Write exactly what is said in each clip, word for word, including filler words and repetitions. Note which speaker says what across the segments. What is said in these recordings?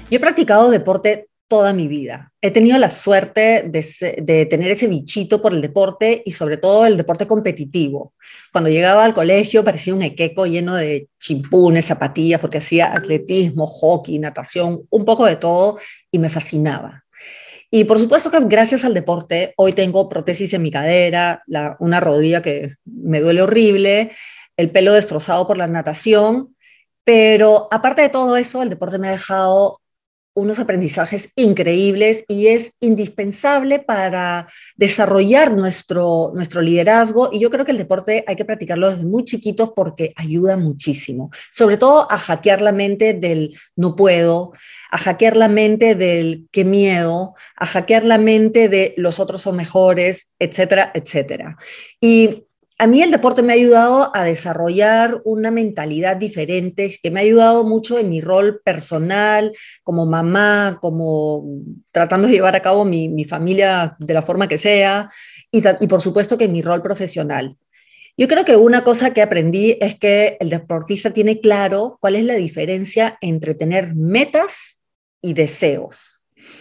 Speaker 1: Yo he practicado deporte toda mi vida. He tenido la suerte de, se- de tener ese bichito por el deporte y sobre todo el deporte competitivo. Cuando llegaba al colegio parecía un equeco lleno de chimpunes, zapatillas, porque hacía atletismo, hockey, natación, un poco de todo y me fascinaba. Y por supuesto que gracias al deporte hoy tengo prótesis en mi cadera, la- una rodilla que me duele horrible, el pelo destrozado por la natación, pero aparte de todo eso, el deporte me ha dejado unos aprendizajes increíbles y es indispensable para desarrollar nuestro, nuestro liderazgo. Y yo creo que el deporte hay que practicarlo desde muy chiquitos porque ayuda muchísimo, sobre todo a hackear la mente del no puedo, a hackear la mente del qué miedo, a hackear la mente de los otros son mejores, etcétera, etcétera. Y a mí el deporte me ha ayudado a desarrollar una mentalidad diferente, que me ha ayudado mucho en mi rol personal, como mamá, como tratando de llevar a cabo mi, mi familia de la forma que sea, y, y por supuesto que en mi rol profesional. Yo creo que una cosa que aprendí es que el deportista tiene claro cuál es la diferencia entre tener metas y deseos.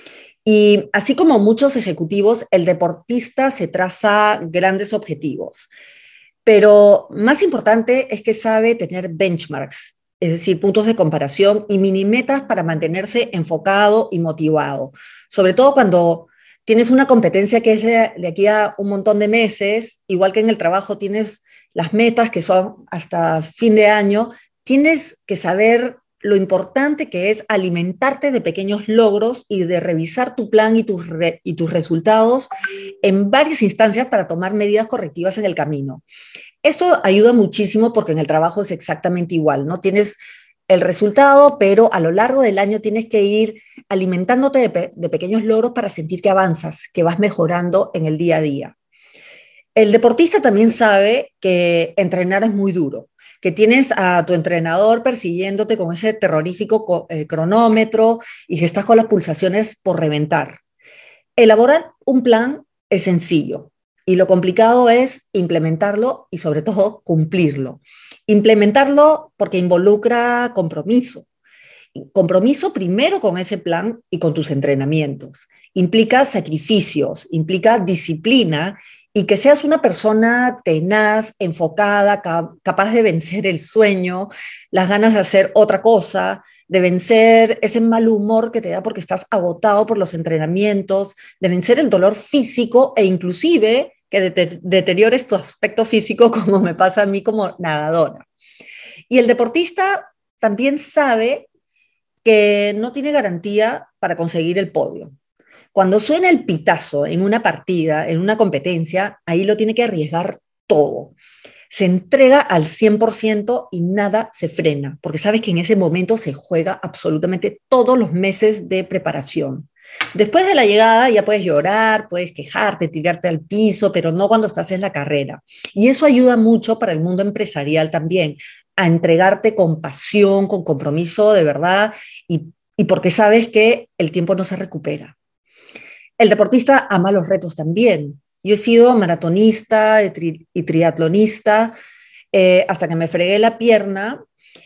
Speaker 1: Y así como muchos ejecutivos, el deportista se traza grandes objetivos, pero más importante es que sabe tener benchmarks, es decir, puntos de comparación y mini metas para mantenerse enfocado y motivado. Sobre todo cuando tienes una competencia que es de, de aquí a un montón de meses, igual que en el trabajo tienes las metas que son hasta fin de año, tienes que saber lo importante que es alimentarte de pequeños logros y de revisar tu plan y tus, re, y tus resultados en varias instancias para tomar medidas correctivas en el camino. Esto ayuda muchísimo porque en el trabajo es exactamente igual, ¿no? Tienes el resultado, pero a lo largo del año tienes que ir alimentándote de, pe de pequeños logros para sentir que avanzas, que vas mejorando en el día a día. El deportista también sabe que entrenar es muy duro, que tienes a tu entrenador persiguiéndote con ese terrorífico eh, cronómetro y que estás con las pulsaciones por reventar. Elaborar un plan es sencillo y lo complicado es implementarlo y sobre todo cumplirlo. Implementarlo porque involucra compromiso. Compromiso primero con ese plan y con tus entrenamientos. Implica sacrificios, implica disciplina y que seas una persona tenaz, enfocada, ca capaz de vencer el sueño, las ganas de hacer otra cosa, de vencer ese mal humor que te da porque estás agotado por los entrenamientos, de vencer el dolor físico e inclusive que de deteriores tu aspecto físico como me pasa a mí como nadadora. Y el deportista también sabe que no tiene garantía para conseguir el podio. Cuando suena el pitazo en una partida, en una competencia, ahí lo tiene que arriesgar todo. Se entrega al cien por ciento y nada se frena, porque sabes que en ese momento se juega absolutamente todos los meses de preparación. Después de la llegada ya puedes llorar, puedes quejarte, tirarte al piso, pero no cuando estás en la carrera. Y eso ayuda mucho para el mundo empresarial también, a entregarte con pasión, con compromiso de verdad y, y porque sabes que el tiempo no se recupera. El deportista ama los retos también. Yo he sido maratonista y, tri y triatlonista eh, hasta que me fregué la pierna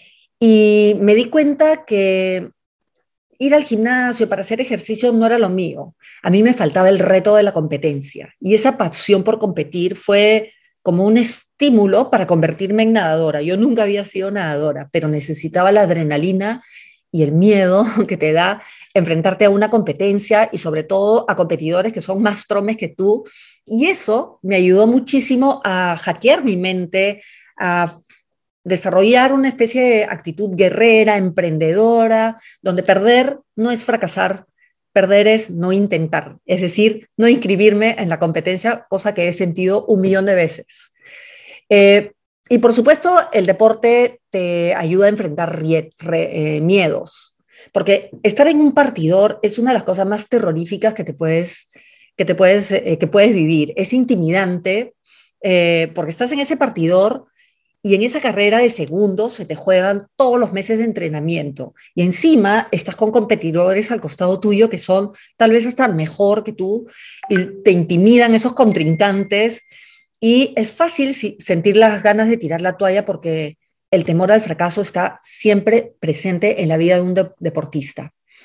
Speaker 1: y me di cuenta que ir al gimnasio para hacer ejercicio no era lo mío. A mí me faltaba el reto de la competencia y esa pasión por competir fue como un estímulo para convertirme en nadadora. Yo nunca había sido nadadora, pero necesitaba la adrenalina y el miedo que te da enfrentarte a una competencia y sobre todo a competidores que son más tromes que tú. Y eso me ayudó muchísimo a hackear mi mente, a desarrollar una especie de actitud guerrera, emprendedora, donde perder no es fracasar, perder es no intentar, es decir, no inscribirme en la competencia, cosa que he sentido un millón de veces. Eh, y por supuesto, el deporte te ayuda a enfrentar rie- re- eh, miedos, porque estar en un partidor es una de las cosas más terroríficas que te puedes, que te puedes, eh, que puedes vivir. Es intimidante eh, porque estás en ese partidor y en esa carrera de segundos se te juegan todos los meses de entrenamiento. Y encima estás con competidores al costado tuyo que son tal vez hasta mejor que tú y te intimidan esos contrincantes y es fácil si, sentir las ganas de tirar la toalla porque el temor al fracaso está siempre presente en la vida de un de deportista.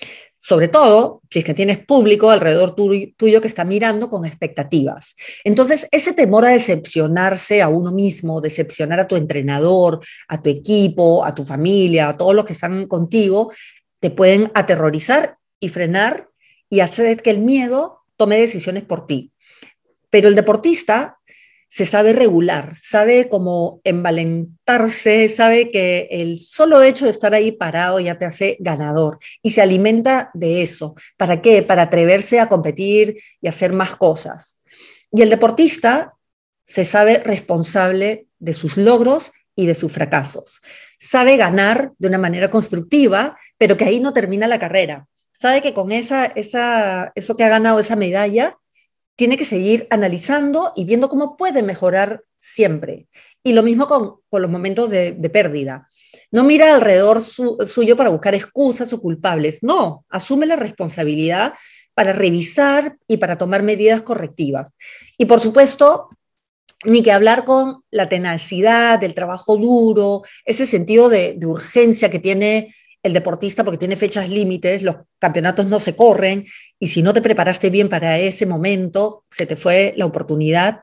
Speaker 1: sobre todo si es que tienes público alrededor tuyo, tuyo que está mirando con expectativas. Entonces, ese temor a decepcionarse a uno mismo, decepcionar a tu entrenador, a tu equipo, a tu familia, a todos los que están contigo, te pueden aterrorizar y frenar y hacer que el miedo tome decisiones por ti. Pero el deportista se sabe regular, sabe cómo envalentarse, sabe que el solo hecho de estar ahí parado ya te hace ganador y se alimenta de eso. ¿Para qué? Para atreverse a competir y hacer más cosas. Y el deportista se sabe responsable de sus logros y de sus fracasos. Sabe ganar de una manera constructiva, pero que ahí no termina la carrera. Sabe que con esa, esa, eso que ha ganado, esa medalla, tiene que seguir analizando y viendo cómo puede mejorar siempre. Y lo mismo con, con los momentos de, de pérdida. No mira alrededor su, suyo para buscar excusas o culpables. No, asume la responsabilidad para revisar y para tomar medidas correctivas. Y por supuesto, ni que hablar con la tenacidad, del trabajo duro, ese sentido de, de urgencia que tiene el deportista porque tiene fechas límites, los campeonatos no se corren y si no te preparaste bien para ese momento, se te fue la oportunidad.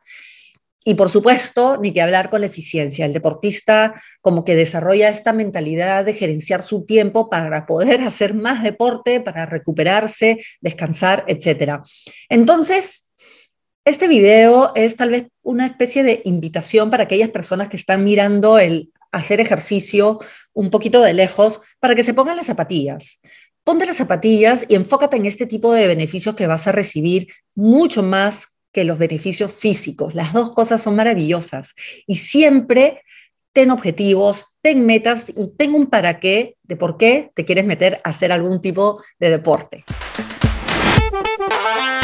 Speaker 1: Y por supuesto, ni que hablar con la eficiencia. El deportista como que desarrolla esta mentalidad de gerenciar su tiempo para poder hacer más deporte, para recuperarse, descansar, etcétera. Entonces, este video es tal vez una especie de invitación para aquellas personas que están mirando el hacer ejercicio un poquito de lejos para que se pongan las zapatillas. Ponte las zapatillas y enfócate en este tipo de beneficios que vas a recibir mucho más que los beneficios físicos. Las dos cosas son maravillosas y siempre ten objetivos, ten metas y ten un para qué de por qué te quieres meter a hacer algún tipo de deporte.